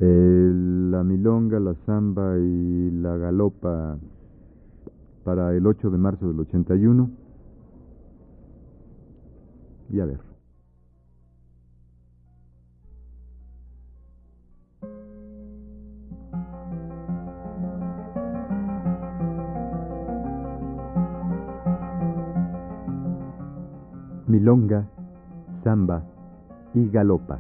La milonga, la samba y la galopa para el 8 de marzo del 81. Y a ver. Milonga, samba y galopa.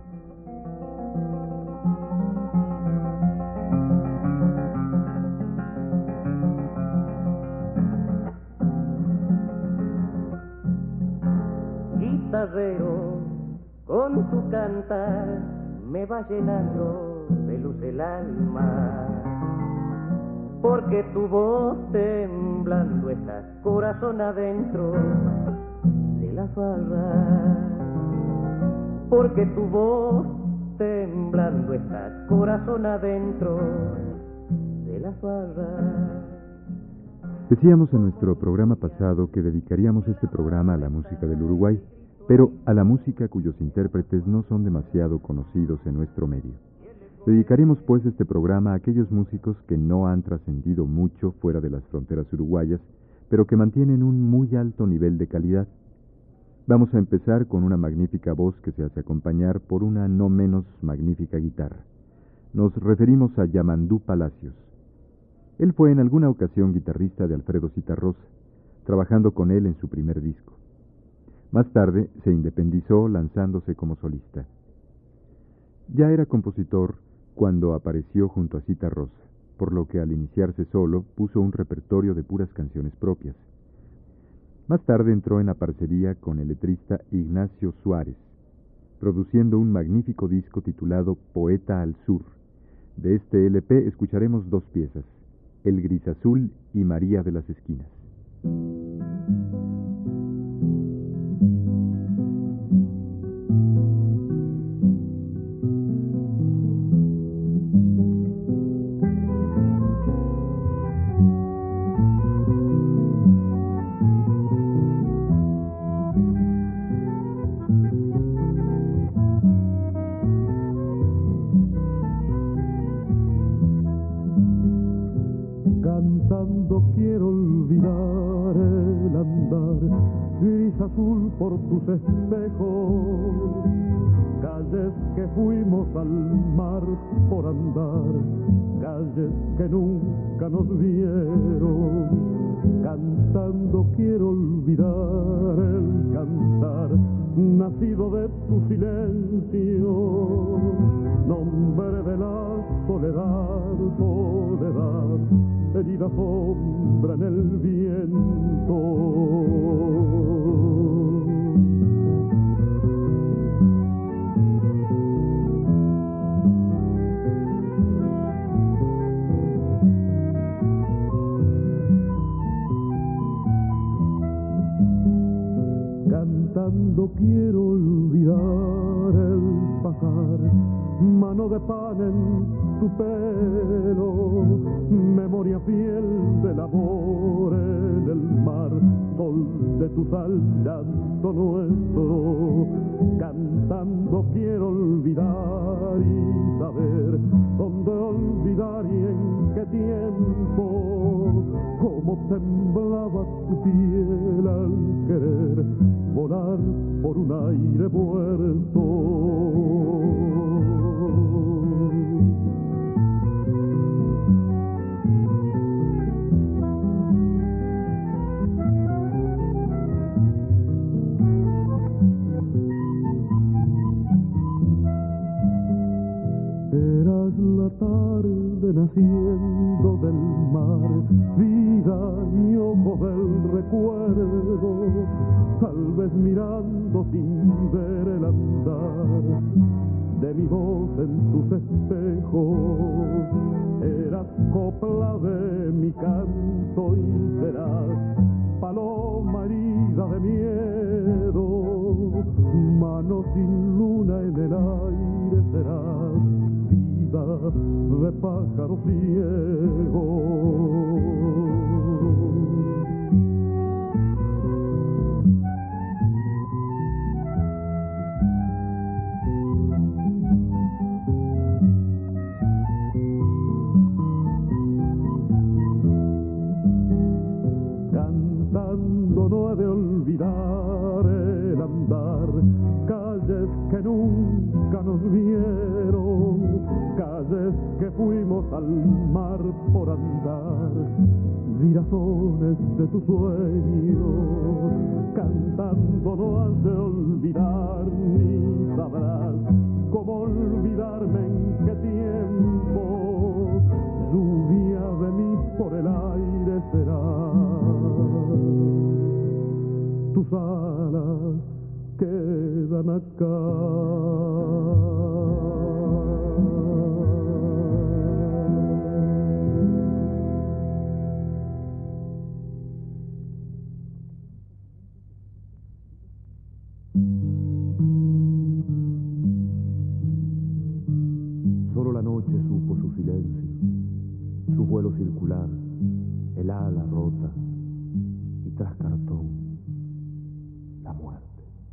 Guitarrero, con tu cantar me va llenando de luz el alma, porque tu voz temblando está corazón adentro de la farra, porque tu voz temblando está corazón adentro de la farra. Decíamos en nuestro programa pasado que dedicaríamos este programa a la música del Uruguay, pero a la música cuyos intérpretes no son demasiado conocidos en nuestro medio. Dedicaremos pues este programa a aquellos músicos que no han trascendido mucho fuera de las fronteras uruguayas, pero que mantienen un muy alto nivel de calidad. Vamos a empezar con una magnífica voz que se hace acompañar por una no menos magnífica guitarra. Nos referimos a Yamandú Palacios. Él fue en alguna ocasión guitarrista de Alfredo Zitarrosa, trabajando con él en su primer disco. Más tarde se independizó lanzándose como solista. Ya era compositor cuando apareció junto a Zitarrosa, por lo que al iniciarse solo puso un repertorio de puras canciones propias. Más tarde entró en la parcería con el letrista Ignacio Suárez, produciendo un magnífico disco titulado Poeta al Sur. De este LP escucharemos dos piezas, El Gris Azul y María de las Esquinas. Cantando quiero olvidar el andar gris azul por tus espejos, calles que fuimos al mar por andar, calles que nunca nos vieron. Cantando quiero olvidar el cantar nacido de tu silencio, nombre de la soledad, soledad, herida sombra en el viento. Cantando quiero olvidar el pasar, mano de pan en tu pelo, memoria fiel del amor en el mar, sol de tu sal, llanto nuestro. Cantando quiero olvidar y saber dónde olvidar y en qué tiempo, cómo temblaba tu piel al querer volar por un aire muerto. Eras la tarde naciendo del mar, vida y ojo del recuerdo, tal vez mirando sin ver el andar de mi voz en tus espejos. Eras copla de mi canto y serás paloma herida de miedo, mano sin luna en el aire serás vida de pájaro ciego. vez que fuimos al mar por andar, girasoles de tu sueño, cantando no has de olvidar, ni sabrás cómo olvidarme en qué tiempo, lluvia de mí por el aire será, tus alas quedan acá. Solo la noche supo su silencio, su vuelo circular, el ala rota y tras cartón, la muerte.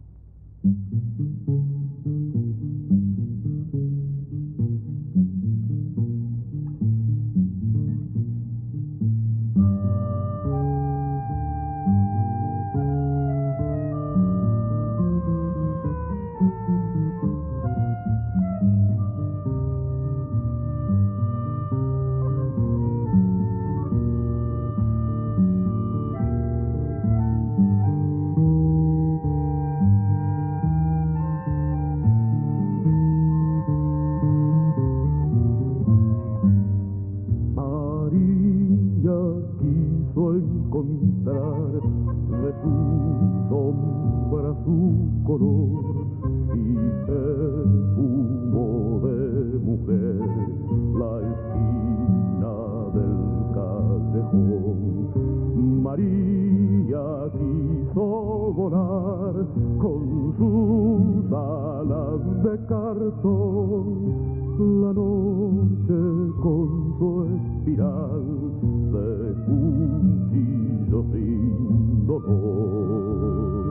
Encontrar de su sombra su color y perfumo de mujer la esquina del callejón. María quiso volar con sus alas de cartón, la noche con su espiral de cuchillo sin dolor.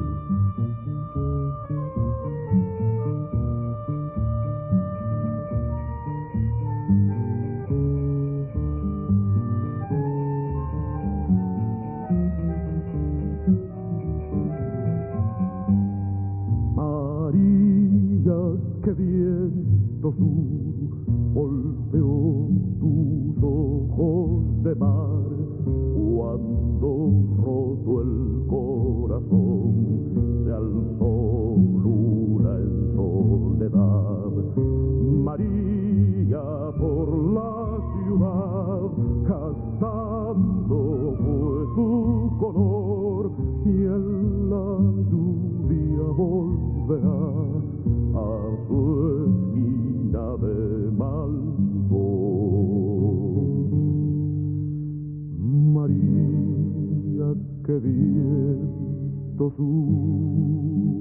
María, qué viento sur golpeó tus ojos de mar cuando roto el corazón se alzó luna en soledad. María por la ciudad cantando fue su color y en la lluvia volverá a su esquina de Malvón. María, qué viento sur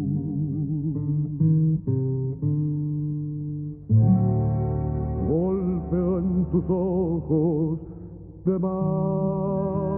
golpeó en tus ojos de mar.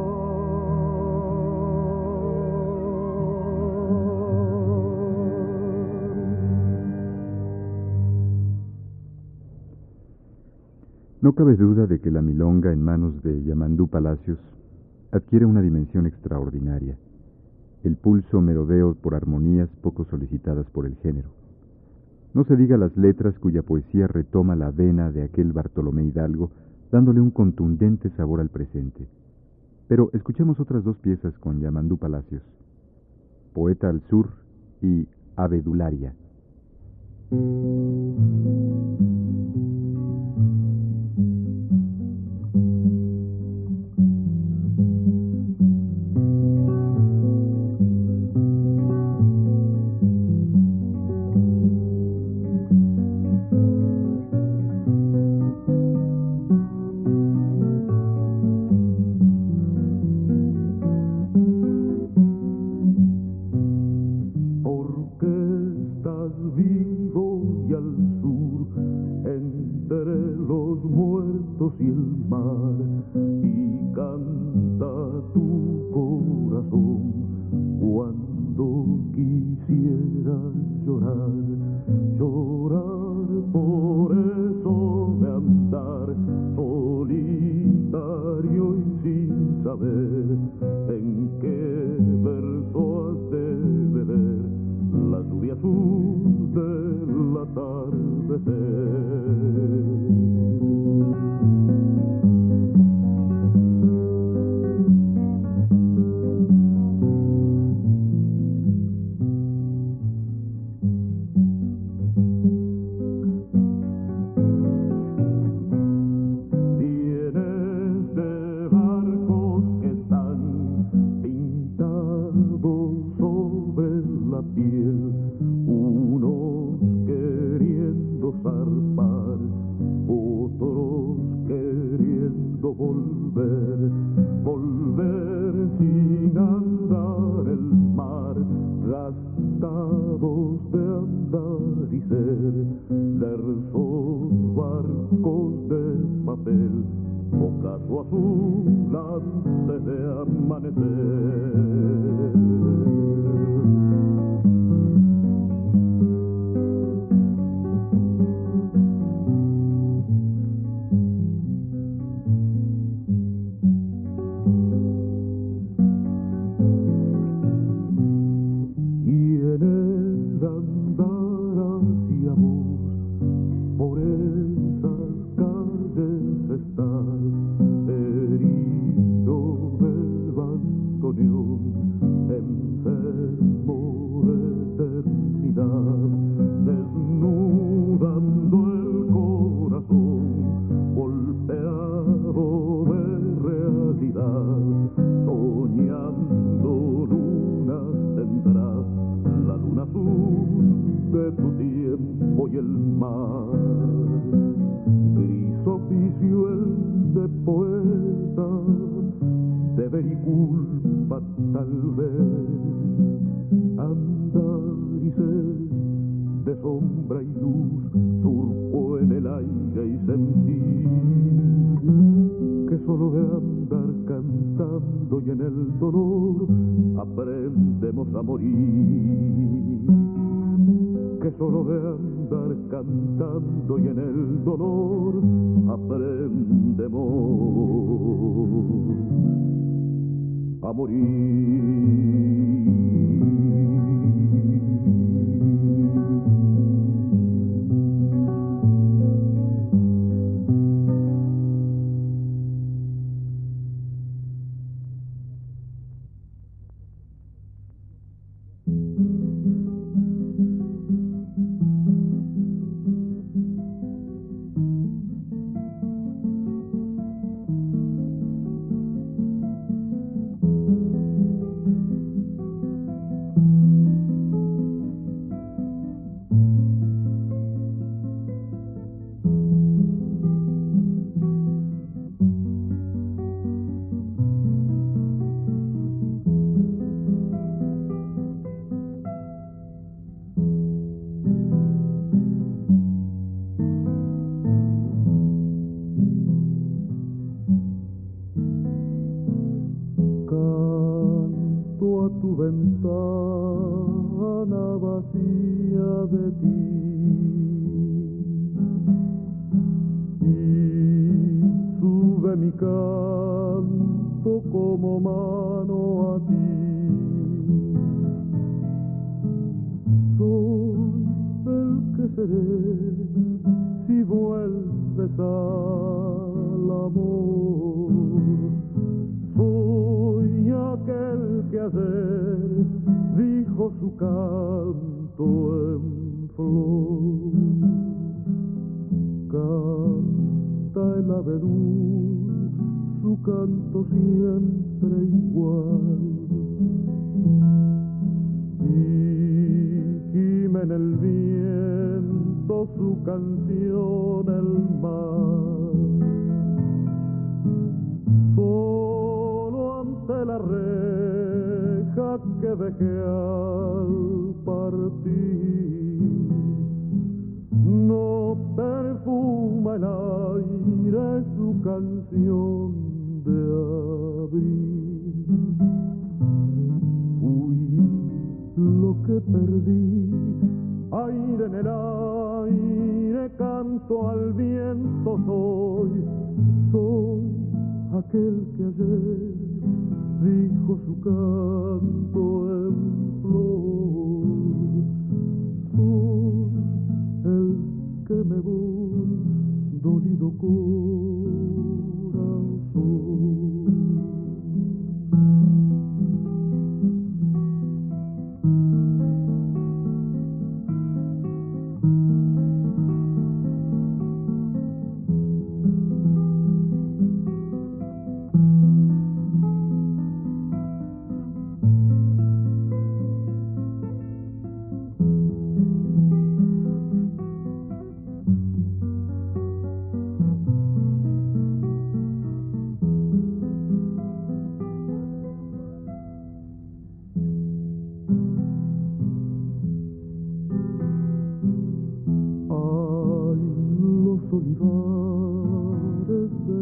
No cabe duda de que la milonga en manos de Yamandú Palacios adquiere una dimensión extraordinaria. El pulso merodeo por armonías poco solicitadas por el género. No se diga las letras cuya poesía retoma la vena de aquel Bartolomé Hidalgo, dándole un contundente sabor al presente. Pero escuchemos otras dos piezas con Yamandú Palacios, Poeta al Sur y Abedularia. Y el mar y canta tu corazón cuando quisieras llorar, llorar por eso de andar solitario y sin saber en qué verso has de beber la lluvia azul del atardecer. amanecer, versos, barcos de papel, ocaso azul antes de amanecer.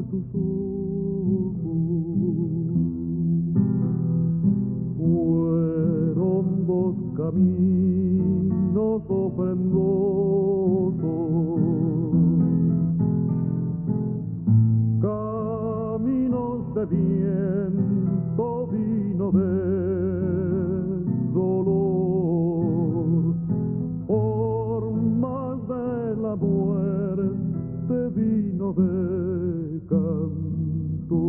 tus ojos fueron dos caminos ofrendosos, caminos de viento, vino de dolor, formas de la muerte, vino de canto.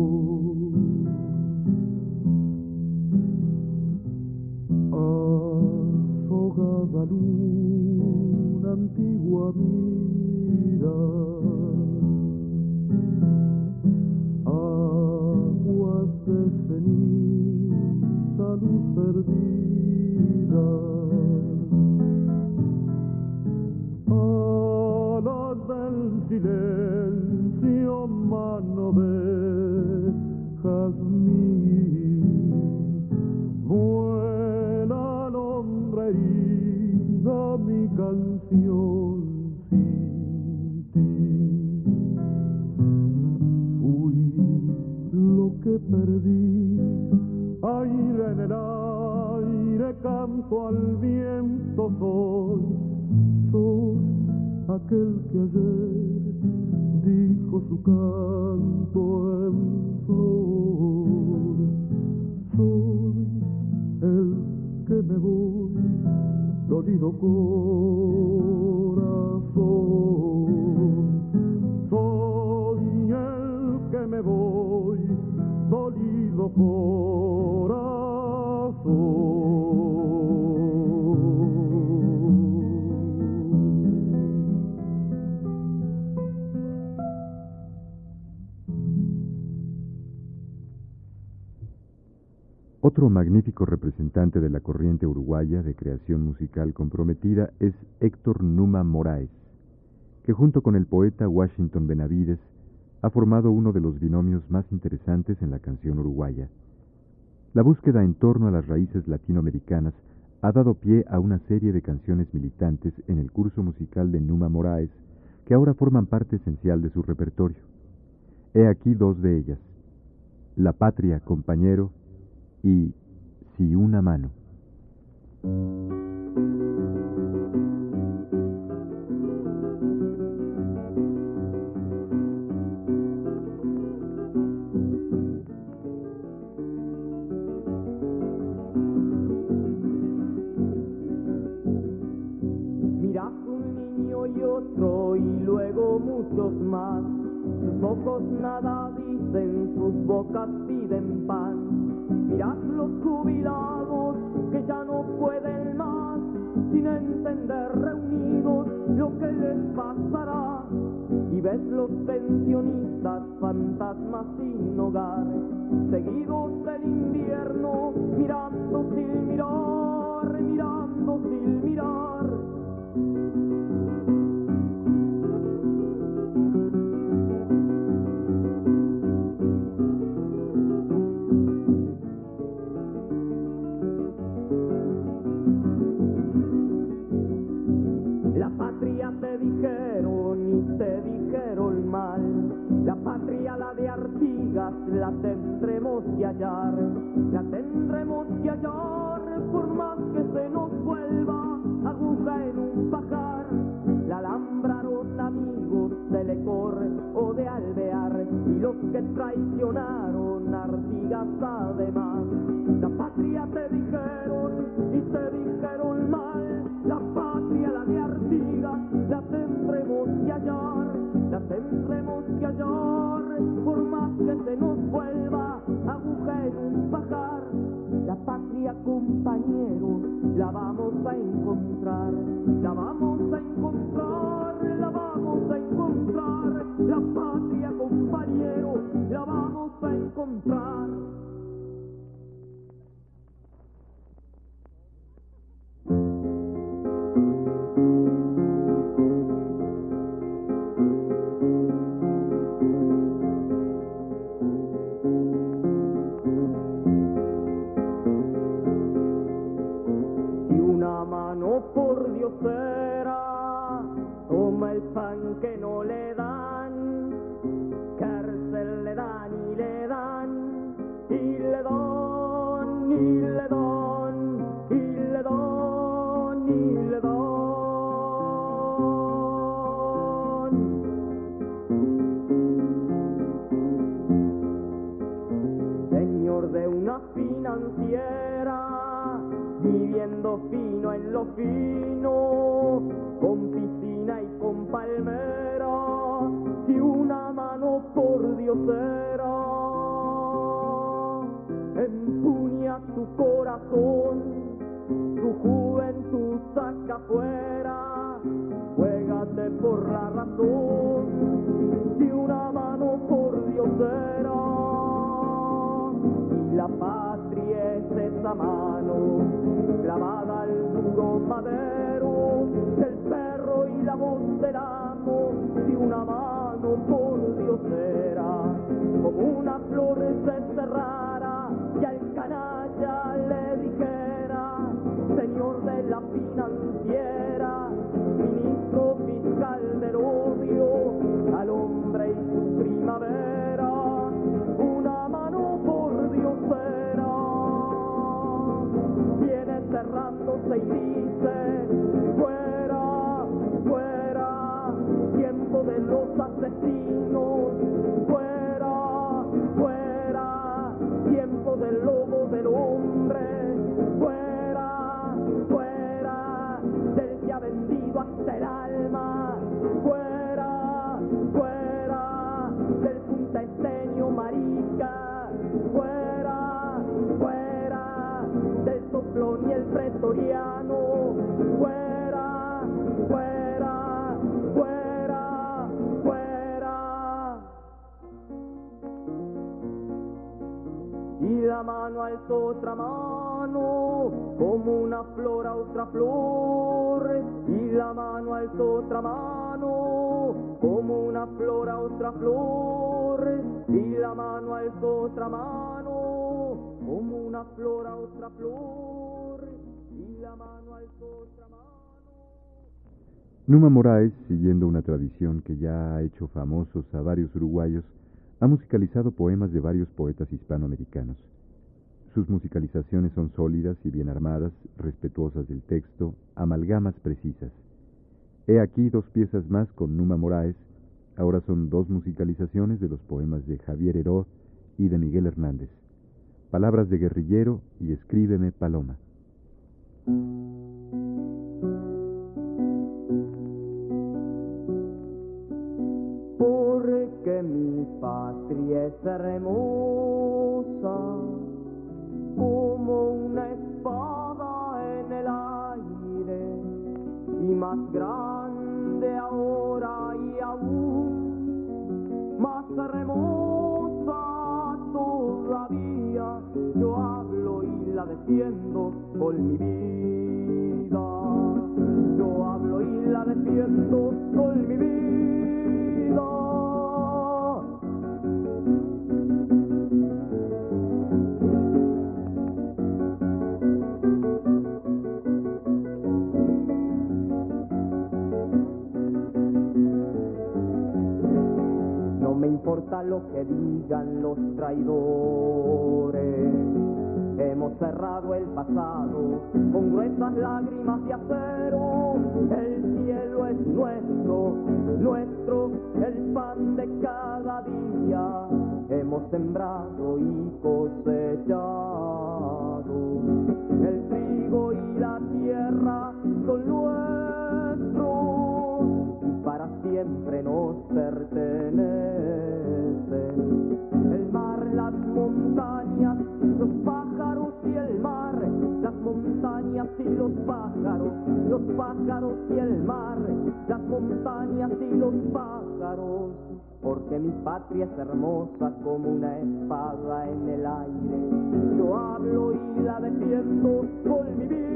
Azogada luna antigua mira, aguas de ceniza, luz perdida, alas del silencio, mano de jazmín, vuela alondra herida mi canción sin ti. Fui lo que perdí, aire en el aire, canto al viento, soy aquel que ayer dijo su canto en flor, soy el que me voy, dolido corazón, soy el que me voy, dolido corazón. Otro magnífico representante de la corriente uruguaya de creación musical comprometida es Héctor Numa Moraes, que junto con el poeta Washington Benavides ha formado uno de los binomios más interesantes en la canción uruguaya. La búsqueda en torno a las raíces latinoamericanas ha dado pie a una serie de canciones militantes en el curso musical de Numa Moraes, que ahora forman parte esencial de su repertorio. He aquí dos de ellas: La Patria, compañero, y Si una mano. Mirás un niño y otro y luego muchos más. Sus ojos nada dicen, sus bocas piden pan. Mirás los jubilados que ya no pueden más, sin entender reunidos lo que les pasará. Y ves los pensionistas, fantasmas sin hogar, seguidos del invierno, mirando sin mirar, mirando sin mirar. La patria te dijeron y te dijeron mal, la patria la de Artigas la tendremos que hallar, la tendremos que hallar por más que se nos vuelva aguja en un pajar. La alambraron amigos de Lecor o de Alvear y los que traicionaron Artigas además. La patria te dijeron y te dijeron mal, la patria la de Artigas la tendremos que hallar, la tendremos que hallar por más que se nos vuelva aguja en un pajar. La patria, compañero, la vamos a encontrar, la vamos a encontrar, la vamos a encontrar. La patria, compañero, la vamos a encontrar. financiera, viviendo fino en lo fino, con piscina y con palmera, y una mano por diosera empuña su corazón, su juventud saca afuera, juégate por la razón, y una mano por diosera, y la patria es esa mano clavada al duro madero del perro y la voz del amo, y una mano por diosera, como una flor se cerrara y al canalla le dijera: señor de la financiera, ministro fiscal del odio, al hombre y su primavera, una mano por diosera, viene cerrándose y dice: fuera, fuera, tiempo de los asesinos, fuera, fuera, tiempo del lobo del hombre, fuera, fuera, del que ha vendido hasta el alma, fuera, fuera, del puntaesteño marica, fuera, fuera, del soplón y el pretoriano, fuera, fuera, fuera, fuera. Y la mano alza otra mano, como una flor a otra flor, y la mano alza otra mano, como una flor a otra flor, y la mano alza otra mano, como una flor a otra flor, y la mano alza otra mano. Numa Moraes, siguiendo una tradición que ya ha hecho famosos a varios uruguayos, ha musicalizado poemas de varios poetas hispanoamericanos. Sus musicalizaciones son sólidas y bien armadas, respetuosas del texto, amalgamas precisas. He aquí dos piezas más con Numa Moraes. Ahora son dos musicalizaciones de los poemas de Javier Heró y de Miguel Hernández. Palabras de guerrillero y Escríbeme, Paloma. Porque mi patria es hermosa como una espada en el aire, y más grande ahora y aún más hermosa todavía. Yo hablo y la defiendo con mi vida, yo hablo y la defiendo con mi vida. No me importa lo que digan los traidores, hemos cerrado el pasado con gruesas lágrimas de acero. El cielo es nuestro, nuestro, el pan de cada día. Hemos sembrado y cosechado, el trigo y la tierra son nuestros y para siempre nos pertenecen. El mar, las montañas, los pájaros y el mar, las montañas y los pájaros y el mar, las montañas y los pájaros. Porque mi patria es hermosa como una espada en el aire. Yo hablo y la defiendo con mi vida.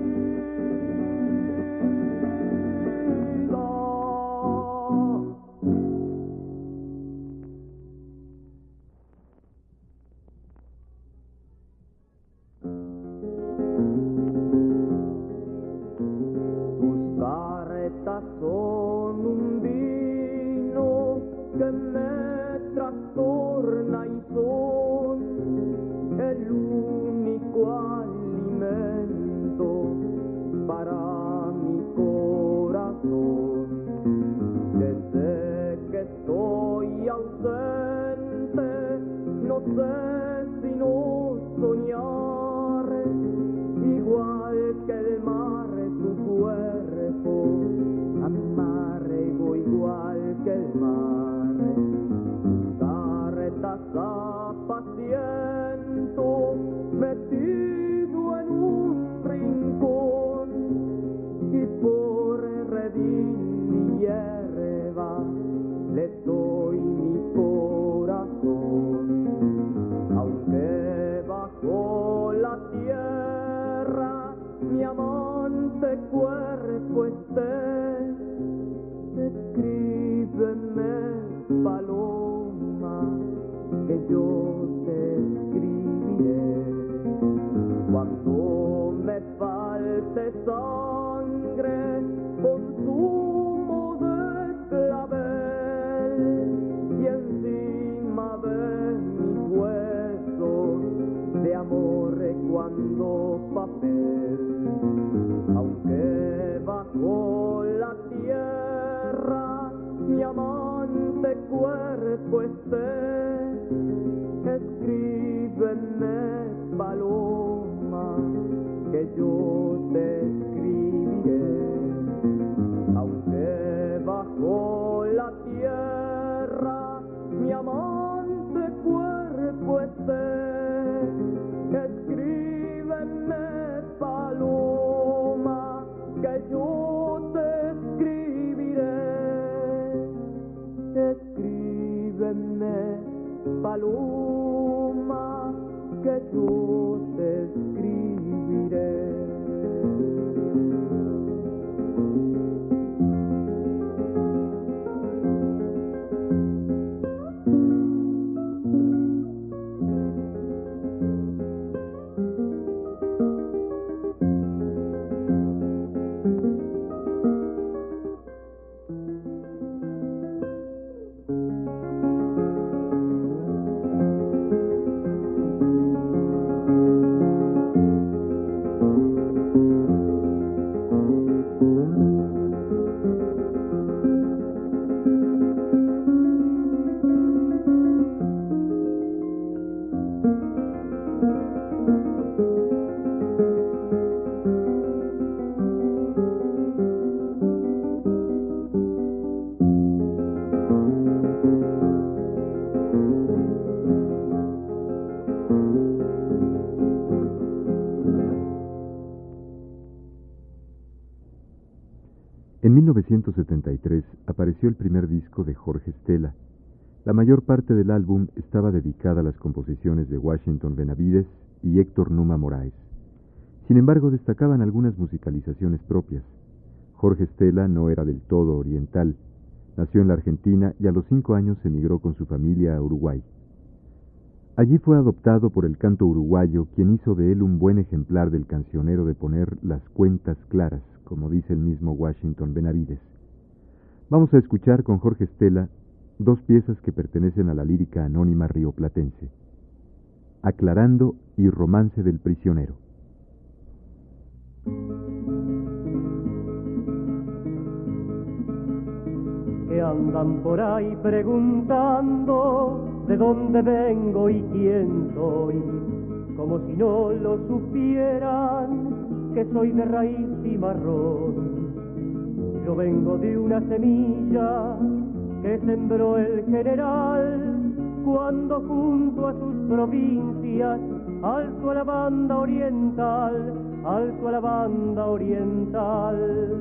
Tus carretas son un vino que me trastorna y son el único alimento para mi corazón. Desde que estoy ausente, no sé si no soñar que el mar. Carretas apaciento metido en un rincón y por redil y hierba le doy mi corazón, aunque bajo la tierra mi amante cuerpo esté. Escríbeme, paloma, que yo te escribiré. Cuando me falte sangre, consumo de clavel y encima de mis huesos de amor cuando papel. Aunque bajo la tierra mi amante cuerpo esté, escríbeme, paloma, que yo te escribiré. Aunque bajo la tierra mi amante cuerpo esté, escríbeme, paloma, que yo te escribiré. Escríbeme, paloma, que yo te escribiré. En 1973 apareció el primer disco de Jorge Stella. La mayor parte del álbum estaba dedicada a las composiciones de Washington Benavides y Héctor Numa Moraes. Sin embargo, destacaban algunas musicalizaciones propias. Jorge Stella no era del todo oriental. Nació en la Argentina y a los 5 años emigró con su familia a Uruguay. Allí fue adoptado por el canto uruguayo, quien hizo de él un buen ejemplar del cancionero de poner las cuentas claras, como dice el mismo Washington Benavides. Vamos a escuchar con Jorge Stella 2 piezas que pertenecen a la lírica anónima rioplatense: Aclarando y Romance del prisionero. Que andan por ahí preguntando de dónde vengo y quién soy, como si no lo supieran, que soy de raíz y marrón. Yo vengo de una semilla que sembró el general cuando junto a sus provincias alzó a la banda oriental, alzó a la banda oriental.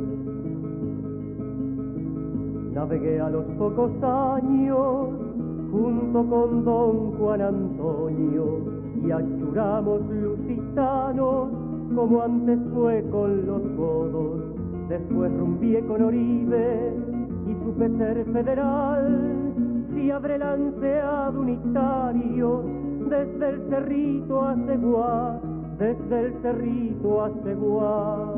Navegué a los pocos años junto con don Juan Antonio y achuramos lusitanos como antes fue con los godos. Después rumbié con Oribe y supe ser federal. Si habré lanceado unitario desde el Cerrito a Ceguá, desde el Cerrito a Ceguá.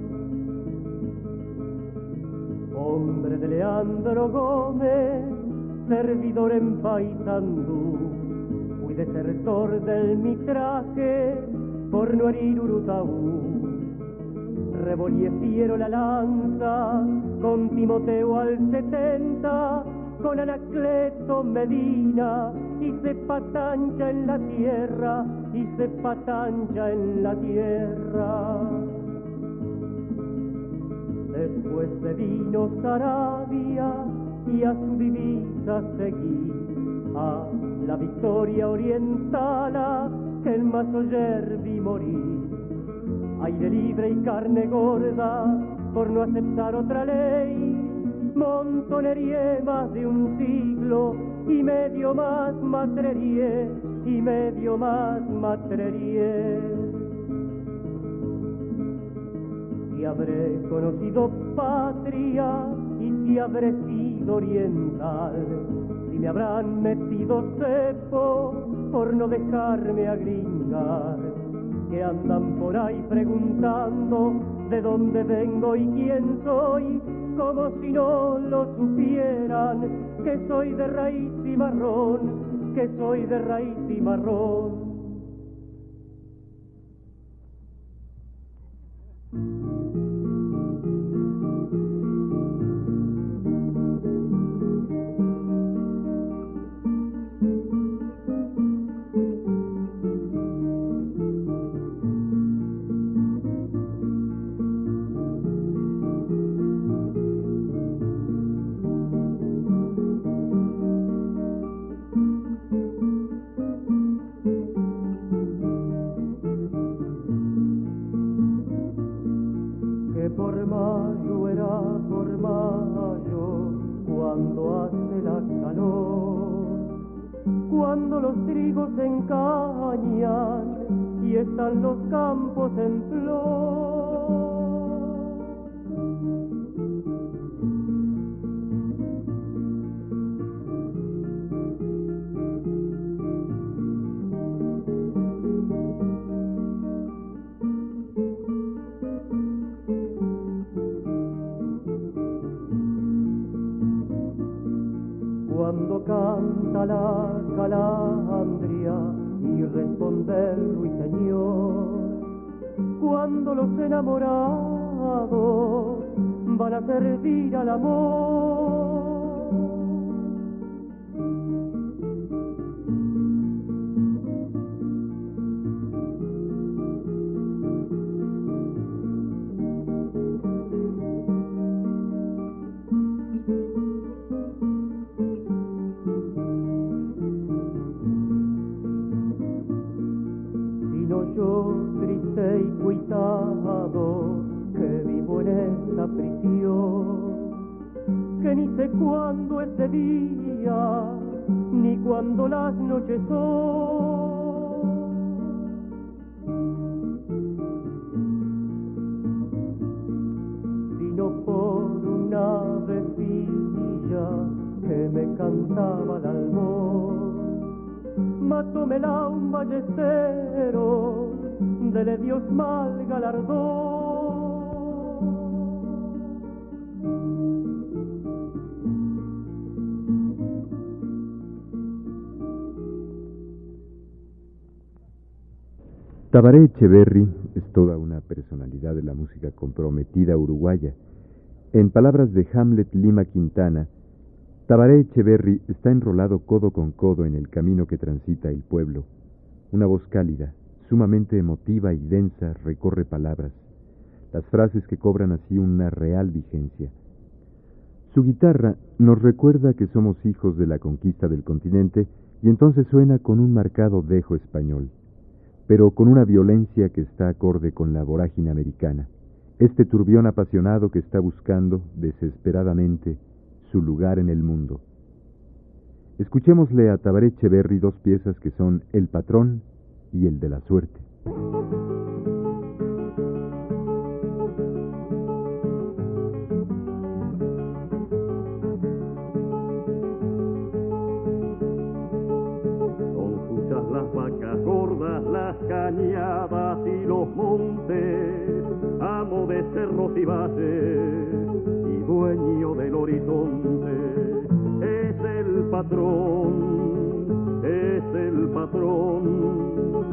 Hombre de Leandro Gómez, servidor en Paysandú, fui desertor del Mitraje por no herir Urutaú. Revolí fiero la lanza con Timoteo al 70, con Anacleto Medina, hice patancha en la tierra, hice patancha en la tierra. Después se vino Saravia y a su divisa seguí, a la victoria oriental que el más oyer vi morir. Aire libre y carne gorda por no aceptar otra ley, montonerié más de un siglo y medio más matrerié, y medio más matrerié. Si habré conocido patria y si habré sido oriental, si me habrán metido cepo por no dejarme agringar, que andan por ahí preguntando de dónde vengo y quién soy, como si no lo supieran, que soy de raíz y marrón, que soy de raíz y marrón. Cuando los trigos se encañan y están los campos en flor. Cuando canta la calandria y responde el ruiseñor, cuando los enamorados van a servir al amor. Yo triste y cuitado que vivo en esta prisión, que ni sé cuándo es de día ni cuándo las noches son. Sino por una vecilla que me cantaba al albor, matómela un ballestero, dele Dios mal galardón. Tabaré Echeverri es toda una personalidad de la música comprometida uruguaya. En palabras de Hamlet Lima Quintana, Tabaré Echeverri está enrolado codo con codo en el camino que transita el pueblo. Una voz cálida, sumamente emotiva y densa recorre palabras, las frases que cobran así una real vigencia. Su guitarra nos recuerda que somos hijos de la conquista del continente y entonces suena con un marcado dejo español, pero con una violencia que está acorde con la vorágine americana, este turbión apasionado que está buscando desesperadamente su lugar en el mundo. Escuchémosle a Tabaré Echeverri dos piezas que son El Patrón y El de la Suerte. Son suyas las vacas gordas, las cañadas y los montes, amo de cerros y valles y dueño del horizonte. Es el patrón, es el patrón.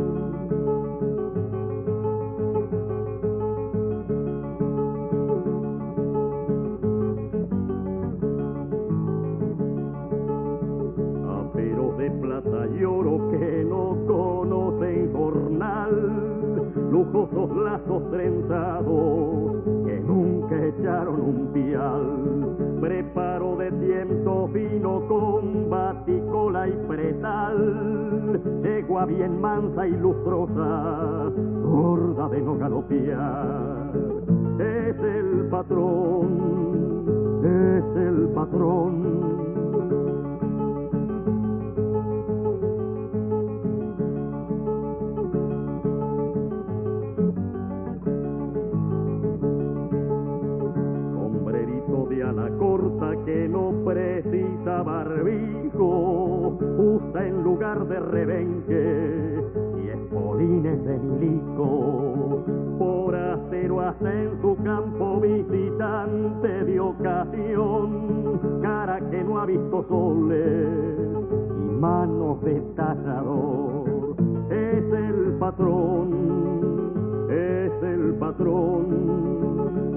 Aperos de plata y oro que no conocen jornal, lujosos lazos trenzados que nunca echaron un pial, preparo de lienzo fino con baticola y pretal, yegua bien mansa y lustrosa, gorda de no galopear. Es el patrón, es el patrón. La corta que no precisa barbijo, usa en lugar de rebenque y espolines de milico. Por acero hace en su campo visitante de ocasión, cara que no ha visto soles y manos de tallador. Es el patrón, es el patrón.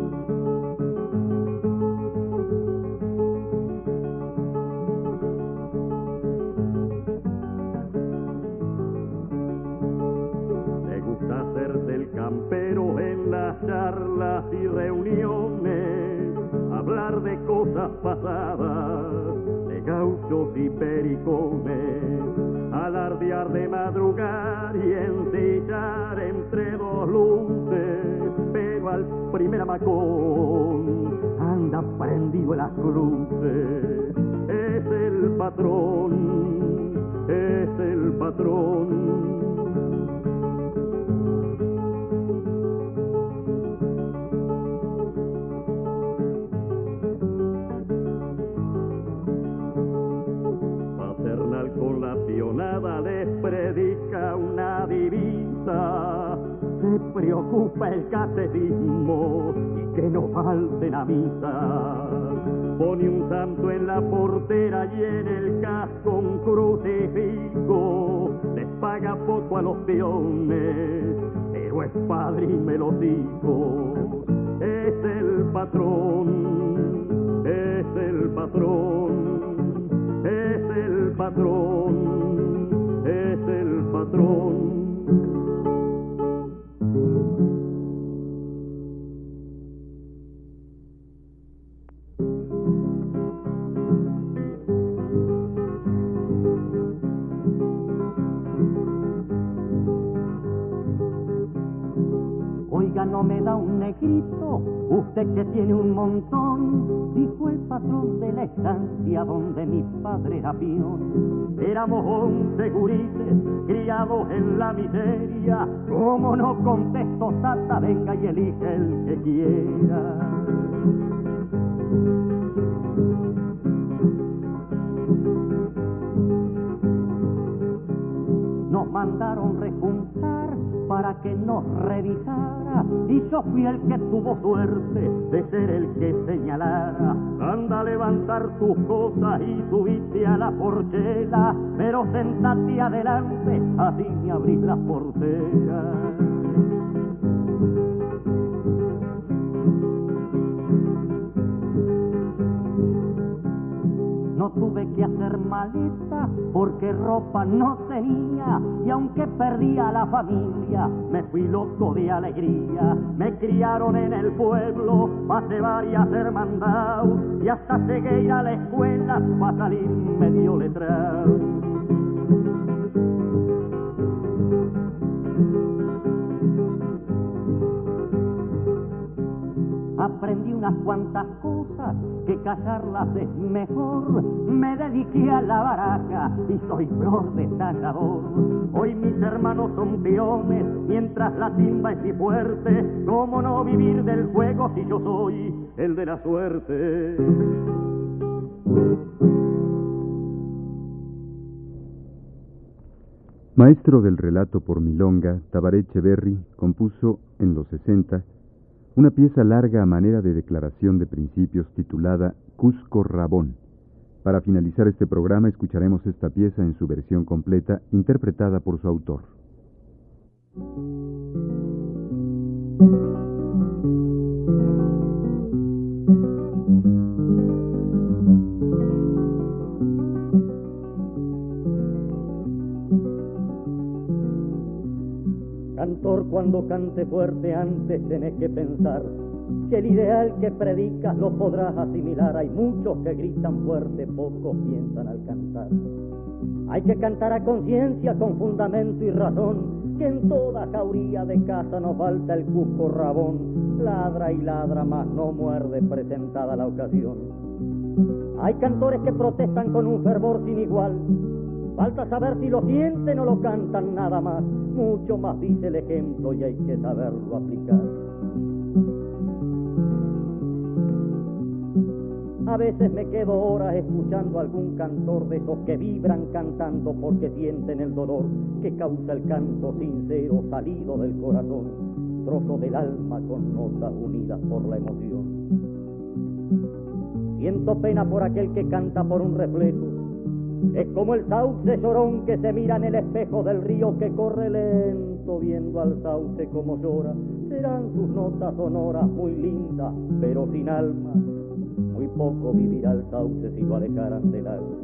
Campero en las charlas y reuniones, hablar de cosas pasadas, de gauchos y pericones, alardear de madrugar y ensillar entre dos luces, pero al primer amacón anda prendido en las cruces. Es el patrón, es el patrón. Con la pionada les predica una divisa, se preocupa el catecismo y que no falten a misa. Pone un santo en la portera y en el casco un crucifijo, les paga poco a los peones, pero es padrime los hijos. Es el patrón, es el patrón. Es el patrón, es el patrón. Oiga, no me da un negrito, usted que tiene un montón, dijo el patrón de la estancia donde mi padre era peón. Éramos 11 gurises, criados en la miseria, ¿cómo no contesto, tata? Venga y elige el que quiera. Nos mandaron rejuntar para que nos revisara y yo fui el que tuvo suerte de ser el que señalara. Anda a levantar tus cosas y subite a la porchela, pero sentate adelante, así me abrís las porteras. No tuve que hacer maleta porque ropa no tenía, y aunque perdía la familia me fui loco de alegría. Me criaron en el pueblo pa' cebar y hacer mandado, y hasta llegué a ir a la escuela pa' salir medio letrado. Aprendí unas cuantas cosas, que callarlas es mejor. Me dediqué a la baraja y soy flor de tallador. Hoy mis hermanos son peones, mientras la timba es mi fuerte. ¿Cómo no vivir del juego si yo soy el de la suerte? Maestro del relato por milonga, Tabaré Echeverri compuso en los 60 una pieza larga a manera de declaración de principios titulada Cusco Rabón. Para finalizar este programa escucharemos esta pieza en su versión completa, interpretada por su autor. Cantor, cuando cante fuerte antes tenés que pensar que el ideal que predicas lo podrás asimilar. Hay muchos que gritan fuerte, pocos piensan al cantar. Hay que cantar a conciencia, con fundamento y razón, que en toda jauría de casa nos falta el cusco rabón. Ladra y ladra, mas no muerde presentada la ocasión. Hay cantores que protestan con un fervor sin igual. Falta saber si lo sienten o lo cantan nada más. Mucho más dice el ejemplo y hay que saberlo aplicar. A veces me quedo horas escuchando a algún cantor de esos que vibran cantando porque sienten el dolor que causa el canto sincero salido del corazón, trozo del alma con notas unidas por la emoción. Siento pena por aquel que canta por un reflejo. Es como el sauce llorón que se mira en el espejo del río que corre lento viendo al sauce como llora. Serán sus notas sonoras muy lindas, pero sin alma. Muy poco vivirá el sauce si lo alejaran del agua.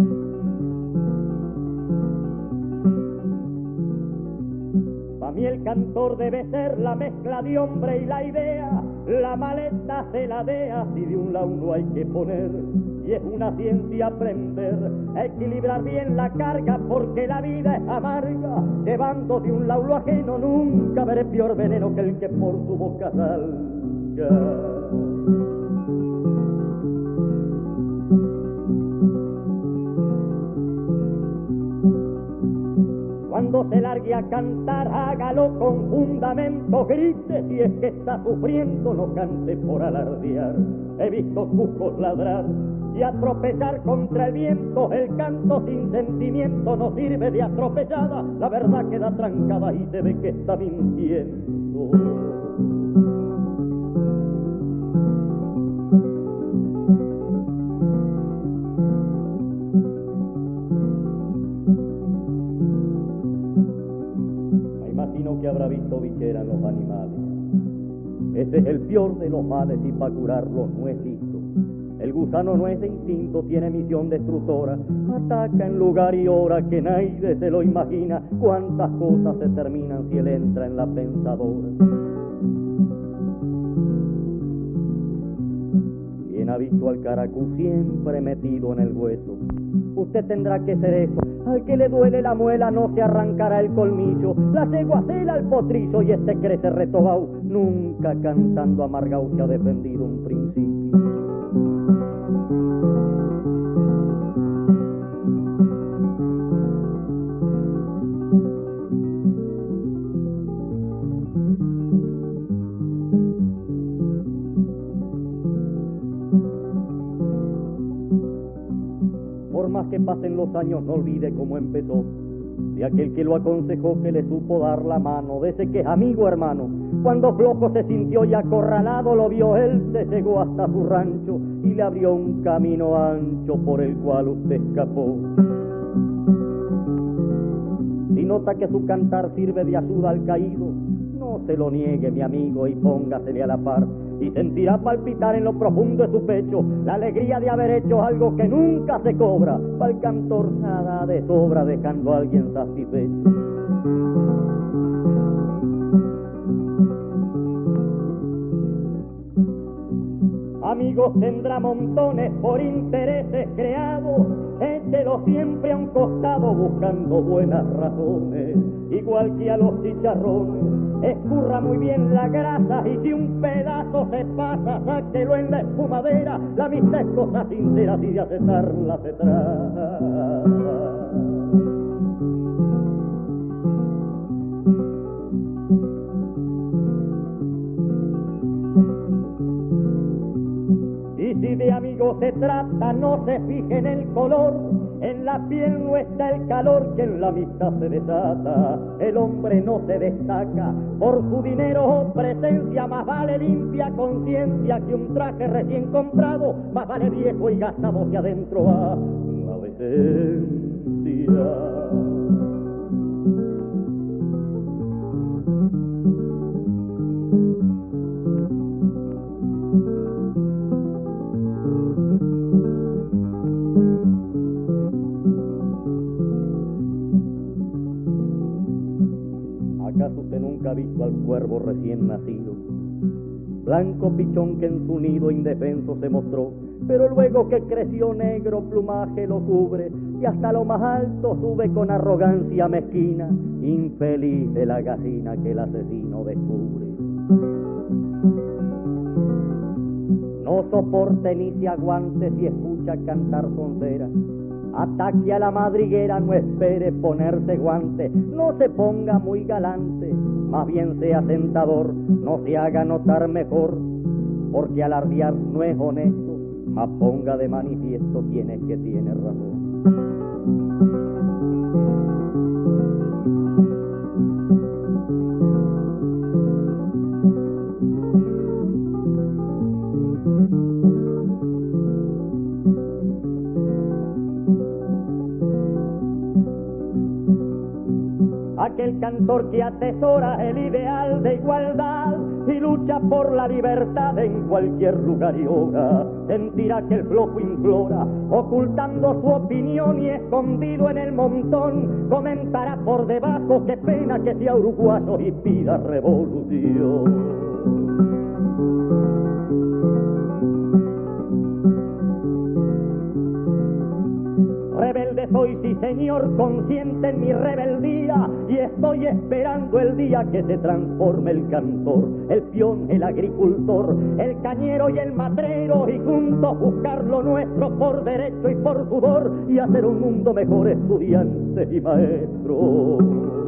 Pa' mí el cantor debe ser la mezcla de hombre y la idea. La maleta se la dea si de un lado no hay que poner. Y es una ciencia aprender a equilibrar bien la carga, porque la vida es amarga. Llevando de un lado lo ajeno, nunca veré peor veneno que el que por su boca salga. Cuando se largue a cantar, hágalo con fundamento, grite si es que está sufriendo, no cante por alardear. He visto cuscos ladrar y atropellar contra el viento. El canto sin sentimiento no sirve de atropellada. La verdad queda trancada y se ve que está mintiendo. Que habrá visto bichera en los animales. Ese es el peor de los males y para curarlo no es listo. El gusano no es de instinto, tiene misión destructora. Ataca en lugar y hora que nadie se lo imagina. Cuántas cosas se terminan si él entra en la pensadora. Quien ha visto al caracú siempre metido en el hueso. Usted tendrá que ser eso. Al que le duele la muela no se arrancará el colmillo. La cegua cela al potrillo y este crece retobao. Nunca cantando amargao se ha defendido un principio. Por más que pasen los años no olvide cómo empezó, de aquel que lo aconsejó, que le supo dar la mano, de ese que es amigo hermano. Cuando flojo se sintió y acorralado lo vio él, se llegó hasta su rancho y le abrió un camino ancho por el cual usted escapó. Si nota que su cantar sirve de ayuda al caído, no se lo niegue, mi amigo, y póngasele a la par, y sentirá palpitar en lo profundo de su pecho la alegría de haber hecho algo que nunca se cobra. Para el cantor nada de sobra, dejando a alguien satisfecho. Amigos tendrá montones por intereses creados, échelo siempre a un costado buscando buenas razones. Igual que a los chicharrones, escurra muy bien la grasa y si un pedazo se pasa, sáquelo en la espumadera. La amistad es cosa sincera, si de aceptarla se trata. Y si de amigos se trata, no se fije en el color. En la piel no está el calor que en la amistad se desata. El hombre no se destaca por su dinero o presencia. Más vale limpia conciencia que un traje recién comprado. Más vale viejo y gastado que adentro va una decencia. ¿Acaso usted nunca ha visto al cuervo recién nacido? blanco pichón que en su nido indefenso se mostró, pero luego que creció negro plumaje lo cubre y hasta lo más alto sube con arrogancia mezquina, infeliz de la gallina que el asesino descubre. No soporte ni se aguante si escucha cantar soncera, ataque a la madriguera, no espere ponerse guante, no se ponga muy galante, más bien sea sentador, no se haga notar mejor, porque alardear no es honesto, más ponga de manifiesto quién es que tiene razón. Aquel cantor que atesora el ideal de igualdad y lucha por la libertad en cualquier lugar y hora, sentirá que el flojo implora, ocultando su opinión y escondido en el montón, comentará por debajo qué pena que sea uruguayo y pida revolución. Rebelde soy, sí señor, consciente en mi rebeldía, y estoy esperando el día que se transforme el cantor, el peón, el agricultor, el cañero y el matrero, y juntos buscar lo nuestro por derecho y por sudor, y hacer un mundo mejor, estudiantes y maestros.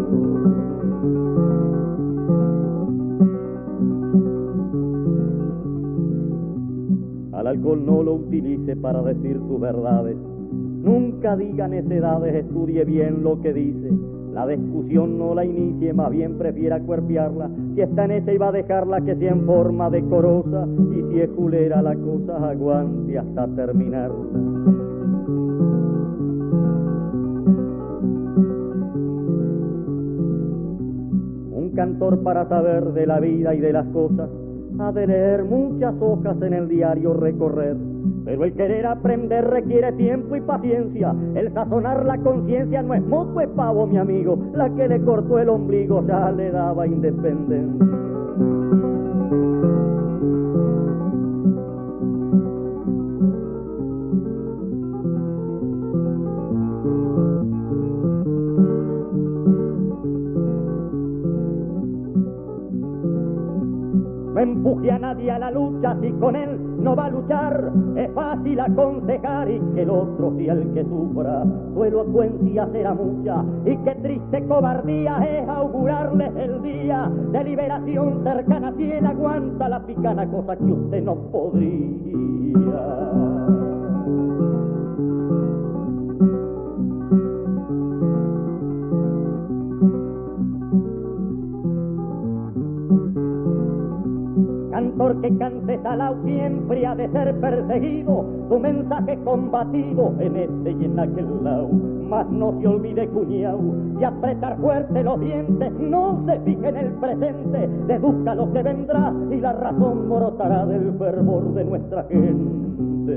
Al alcohol no lo utilice para decir sus verdades. Nunca diga necedades, estudie bien lo que dice. La discusión no la inicie, más bien prefiera cuerpearla. Si está en ella y va a dejarla que sea en forma decorosa. Y si es culera la cosa, aguante hasta terminarla. Un cantor para saber de la vida y de las cosas ha de leer muchas hojas en el diario recorrer. Pero el querer aprender requiere tiempo y paciencia. El sazonar la conciencia no es moco, es pavo, mi amigo. La que le cortó el ombligo ya le daba independencia. No empuje a nadie a la lucha si con él no va a luchar. Es fácil aconsejar y que el otro sea el que sufra. Su elocuencia será mucha y qué triste cobardía es augurarles el día de liberación cercana si él aguanta la picana, cosa que usted no podría. Cantor que cante salao siempre ha de ser perseguido, su mensaje combativo en este y en aquel lado. Mas no se olvide, cuñao, y apretar fuerte los dientes, no se fije en el presente, deduzca lo que vendrá y la razón brotará del fervor de nuestra gente.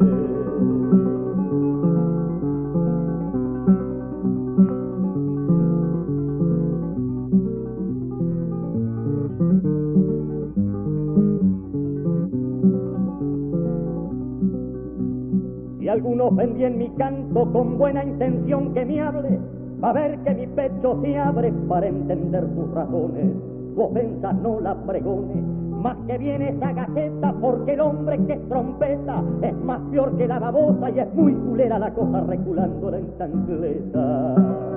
Alguno ofendí en mi canto con buena intención que me hable, va a ver que mi pecho se abre para entender sus razones. Su ofensa no la pregone, más que viene esa galleta, porque el hombre que es trompeta es más peor que la babosa y es muy culera la cosa reculándola en chancleta.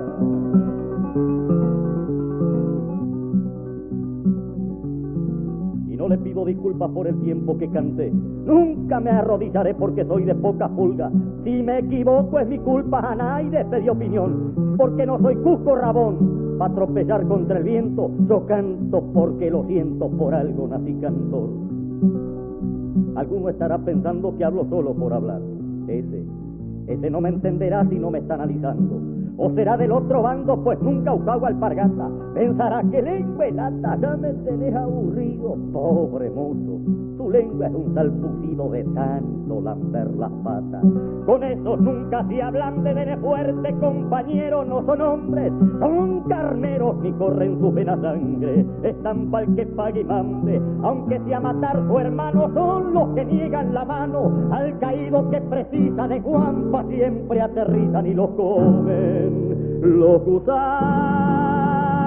No le pido disculpas por el tiempo que canté. Nunca me arrodillaré porque soy de poca pulga. Si me equivoco es mi culpa, a nadie se dio opinión. Porque no soy Cusco Rabón para tropezar contra el viento. Yo canto porque lo siento, por algo nací cantor. Alguno estará pensando que hablo solo por hablar. Ese no me entenderá si no me está analizando. o será del otro bando, pues nunca usaba alpargata. Pensará que lengua lata, ya me tenés aburrido, pobre mozo. Su lengua es un salpucido de tanto lamber las patas. Con esos nunca se hablan de nene fuerte, compañero, no son hombres, son carneros ni corren su pena sangre. Están pa'l que pague y mande, aunque sea matar su hermano, son los que niegan la mano al caído que precisa de guampa, siempre aterrizan y los comen los gusanos.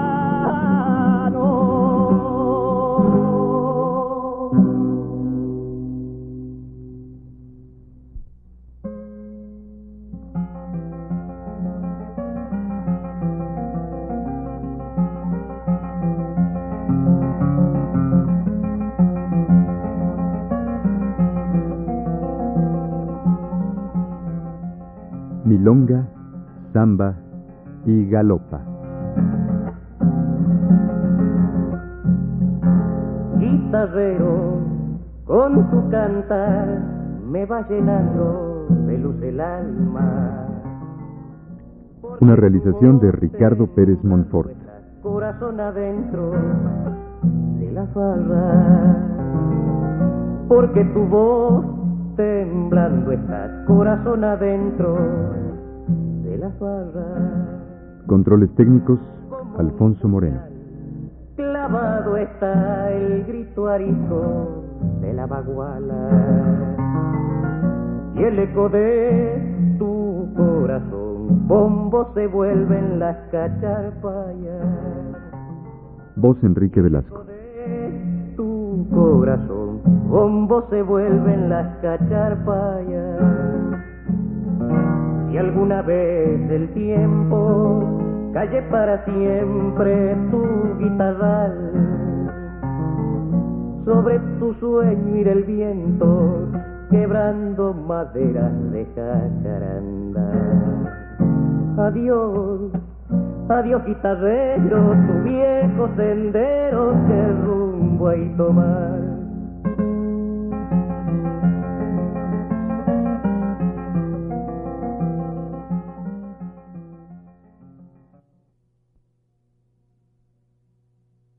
Milonga, samba y galopa. Guitarrero, con tu cantar me va llenando de luz el alma. Una realización de Ricardo Pérez Monfort. Corazón adentro de la farra, porque tu voz temblando está, corazón adentro de la farra. Controles técnicos, Alfonso Moreno. Clavado está el grito arisco de la baguala y el eco de tu corazón, bombo se vuelven las cacharpayas. Voz Enrique Velasco. Tu corazón, bombo se vuelven las cacharpayas. Si alguna vez el tiempo calle para siempre tu guitarral, sobre tu sueño irá el viento quebrando maderas de jacaranda. Adiós, adiós guitarrero, tu viejo sendero, que rumbo hay tomar.